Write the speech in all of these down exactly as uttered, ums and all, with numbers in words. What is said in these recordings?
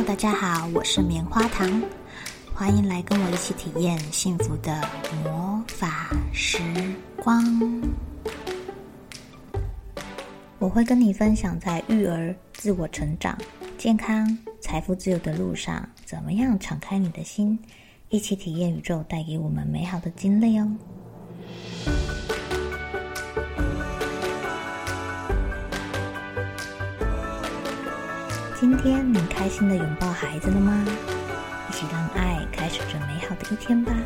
大家好，我是棉花糖，欢迎来跟我一起体验幸福的魔法时光。我会跟你分享在育儿、自我成长、健康、财富自由的路上，怎么样敞开你的心，一起体验宇宙带给我们美好的经历哦。今天你开心的拥抱孩子了吗？一起让爱开始这美好的一天吧。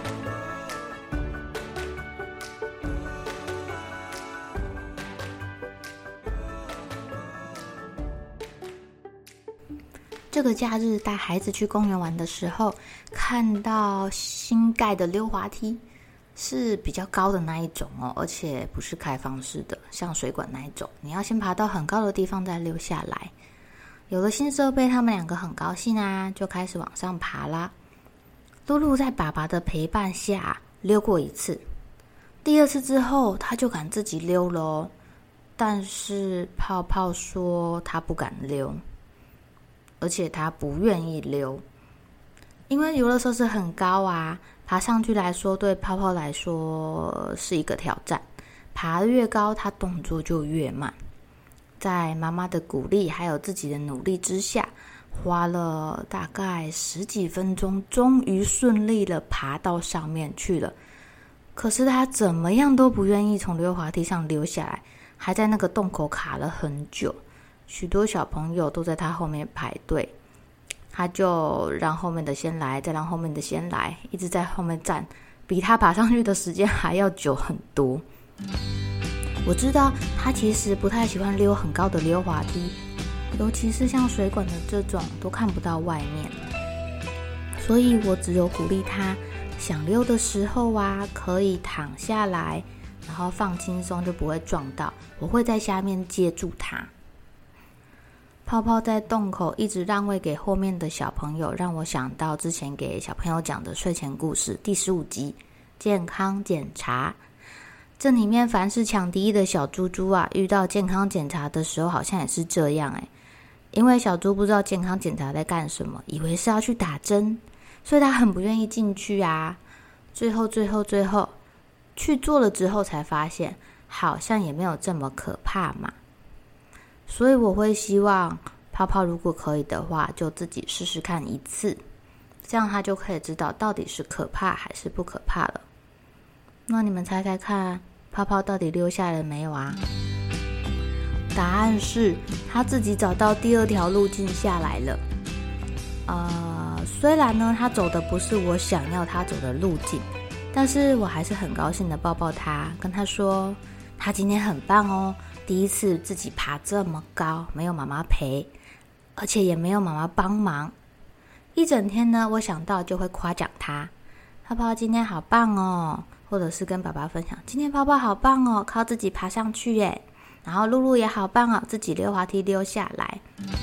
这个假日带孩子去公园玩的时候，看到新盖的溜滑梯，是比较高的那一种哦，而且不是开放式的，像水管那一种，你要先爬到很高的地方再溜下来。有了新设备，他们两个很高兴啊，就开始往上爬啦。露露在爸爸的陪伴下溜过一次，第二次之后，他就敢自己溜了哦。但是泡泡说他不敢溜，而且他不愿意溜，因为游乐设施很高啊，爬上去来说对泡泡来说是一个挑战，爬得越高，他动作就越慢。在妈妈的鼓励还有自己的努力之下，花了大概十几分钟，终于顺利的爬到上面去了。可是他怎么样都不愿意从溜滑梯上溜下来，还在那个洞口卡了很久。许多小朋友都在他后面排队，他就让后面的先来，再让后面的先来，一直在后面站，比他爬上去的时间还要久很多。我知道他其实不太喜欢溜很高的溜滑梯，尤其是像水管的这种都看不到外面，所以我只有鼓励他想溜的时候啊，可以躺下来，然后放轻松就不会撞到，我会在下面接住他。泡泡在洞口一直让位给后面的小朋友，让我想到之前给小朋友讲的睡前故事第十五集健康检查。这里面凡是抢第一的小猪猪啊，遇到健康检查的时候好像也是这样诶，因为小猪不知道健康检查在干什么，以为是要去打针，所以他很不愿意进去啊。最后最后最后去做了之后才发现，好像也没有这么可怕嘛。所以我会希望泡泡如果可以的话，就自己试试看一次，这样他就可以知道到底是可怕还是不可怕了。那你们猜猜看，泡泡到底溜下来了没有啊？答案是他自己找到第二条路径下来了。呃，虽然呢他走的不是我想要他走的路径，但是我还是很高兴的抱抱他，跟他说他今天很棒哦，第一次自己爬这么高，没有妈妈陪，而且也没有妈妈帮忙。一整天呢，我想到就会夸奖他，泡泡今天好棒哦，或者是跟爸爸分享，今天泡泡好棒哦，靠自己爬上去耶，然后露露也好棒哦，自己溜滑梯溜下来。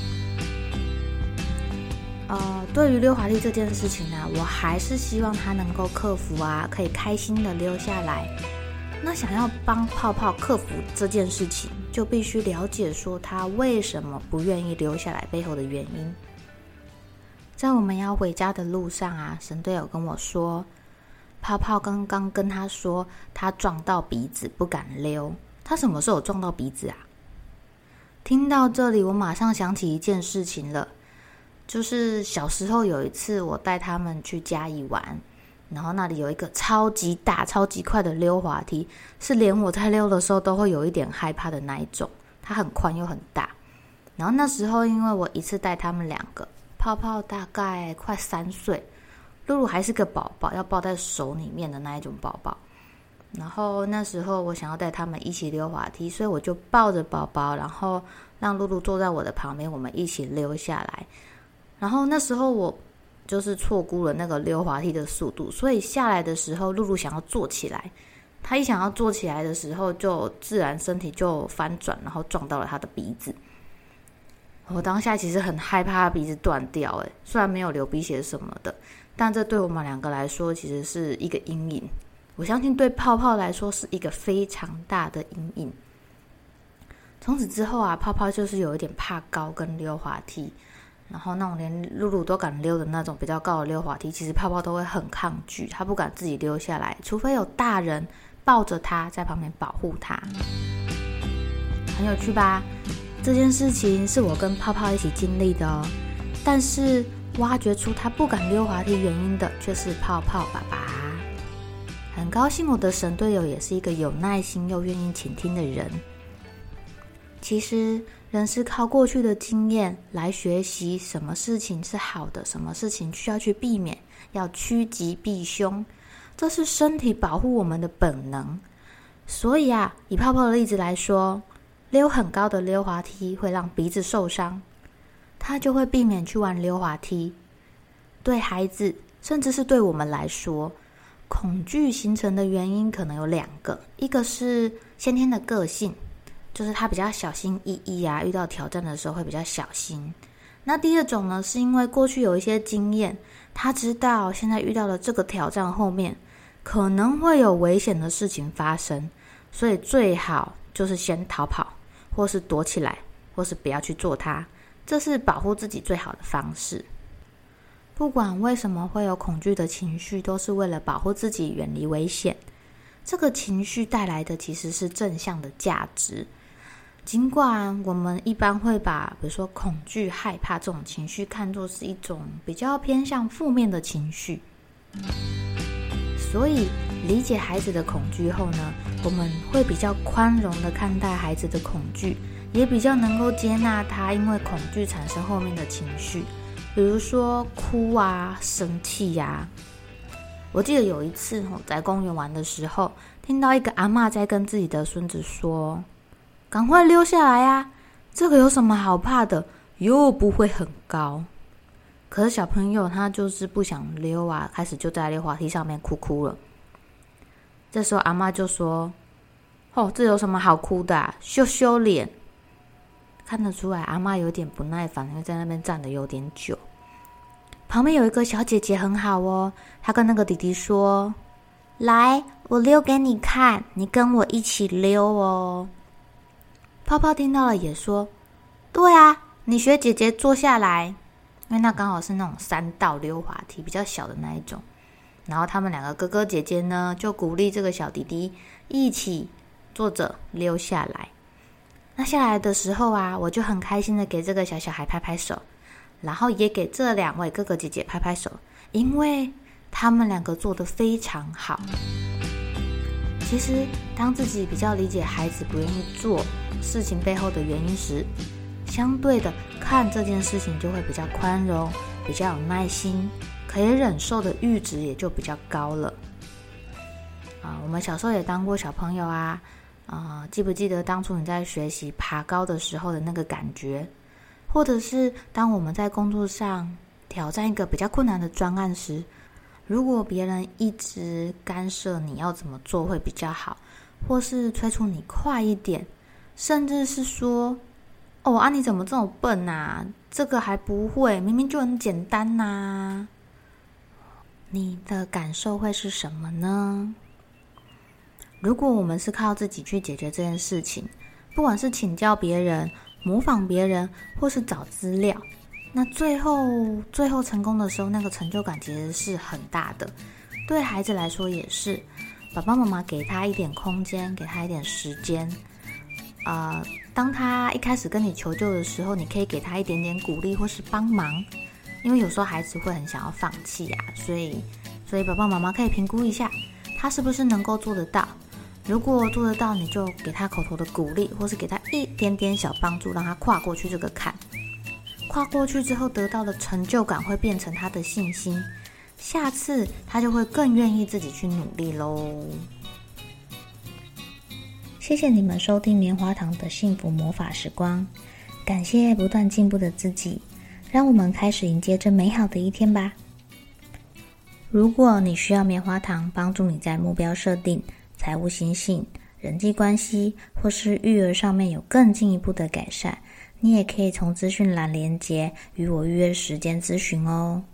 呃，对于溜滑梯这件事情呢、啊，我还是希望他能够克服啊，可以开心的溜下来。那想要帮泡泡克服这件事情，就必须了解说他为什么不愿意溜下来背后的原因。在我们要回家的路上啊，神队友跟我说，泡泡刚刚跟他说他撞到鼻子不敢溜，他什么时候撞到鼻子啊？听到这里，我马上想起一件事情了，就是小时候有一次我带他们去嘉义玩，然后那里有一个超级大超级快的溜滑梯，是连我在溜的时候都会有一点害怕的那一种，它很宽又很大。然后那时候因为我一次带他们两个，泡泡大概快三岁，露露还是个宝宝，要抱在手里面的那一种宝宝。然后那时候我想要带他们一起溜滑梯，所以我就抱着宝宝，然后让露露坐在我的旁边，我们一起溜下来。然后那时候我就是错估了那个溜滑梯的速度，所以下来的时候露露想要坐起来，她一想要坐起来的时候，就自然身体就翻转，然后撞到了她的鼻子。我当下其实很害怕她鼻子断掉，诶，虽然没有流鼻血什么的，但这对我们两个来说其实是一个阴影，我相信对泡泡来说是一个非常大的阴影。从此之后啊，泡泡就是有一点怕高跟溜滑梯， 然后那种连露露都敢溜的那种比较高的溜滑梯，其实泡泡都会很抗拒，他不敢自己溜下来，除非有大人抱着他在旁边保护他。很有趣吧？这件事情是我跟泡泡一起经历的哦，但是挖掘出他不敢溜滑梯原因的却是泡泡爸爸。很高兴我的神队友也是一个有耐心又愿意倾听的人。其实人是靠过去的经验来学习什么事情是好的，什么事情需要去避免，要趋吉避凶，这是身体保护我们的本能。所以啊，以泡泡的例子来说，溜很高的溜滑梯会让鼻子受伤，他就会避免去玩溜滑梯。对孩子甚至是对我们来说，恐惧形成的原因可能有两个，一个是先天的个性，就是他比较小心翼翼啊，遇到挑战的时候会比较小心。那第二种呢，是因为过去有一些经验，他知道现在遇到的这个挑战后面可能会有危险的事情发生，所以最好就是先逃跑，或是躲起来，或是不要去做它，这是保护自己最好的方式。不管为什么会有恐惧的情绪，都是为了保护自己远离危险。这个情绪带来的其实是正向的价值，尽管我们一般会把比如说恐惧、害怕这种情绪看作是一种比较偏向负面的情绪。所以理解孩子的恐惧后呢，我们会比较宽容的看待孩子的恐惧，也比较能够接纳他因为恐惧产生后面的情绪，比如说哭啊、生气啊。我记得有一次在公园玩的时候，听到一个阿嬷在跟自己的孙子说，赶快溜下来啊，这个有什么好怕的，又不会很高。可是小朋友他就是不想溜啊，开始就在溜滑梯上面哭哭了。这时候阿嬷就说，哦，这有什么好哭的啊，羞羞脸。看得出来阿嬷有点不耐烦，因为在那边站得有点久。旁边有一个小姐姐很好哦，她跟那个弟弟说，来，我溜给你看，你跟我一起溜哦。泡泡听到了也说，对啊，你学姐姐坐下来，因为那刚好是那种三道溜滑梯，比较小的那一种。然后他们两个哥哥姐姐呢，就鼓励这个小弟弟一起坐着溜下来。那下来的时候啊，我就很开心的给这个小小孩拍拍手，然后也给这两位哥哥姐姐拍拍手，因为他们两个做得非常好。其实当自己比较理解孩子不愿意做事情背后的原因时，相对的看这件事情就会比较宽容，比较有耐心，可以忍受的阈值也就比较高了。啊，我们小时候也当过小朋友啊，啊，记不记得当初你在学习爬高的时候的那个感觉？或者是当我们在工作上挑战一个比较困难的专案时，如果别人一直干涉你要怎么做会比较好，或是催促你快一点，甚至是说，哦啊你怎么这么笨啊，这个还不会，明明就很简单啊，你的感受会是什么呢？如果我们是靠自己去解决这件事情，不管是请教别人、模仿别人，或是找资料，那最后最后成功的时候，那个成就感其实是很大的。对孩子来说也是，爸爸妈妈给他一点空间，给他一点时间，呃，当他一开始跟你求救的时候，你可以给他一点点鼓励或是帮忙，因为有时候孩子会很想要放弃啊，所以所以爸爸妈妈可以评估一下他是不是能够做得到。如果做得到，你就给他口头的鼓励，或是给他一点点小帮助，让他跨过去这个坎。跨过去之后得到的成就感会变成他的信心，下次他就会更愿意自己去努力咯。谢谢你们收听棉花糖的幸福魔法时光，感谢不断进步的自己，让我们开始迎接这美好的一天吧。如果你需要棉花糖帮助你在目标设定、财务心性、人际关系或是育儿上面有更进一步的改善，你也可以从资讯栏连结与我预约时间咨询哦。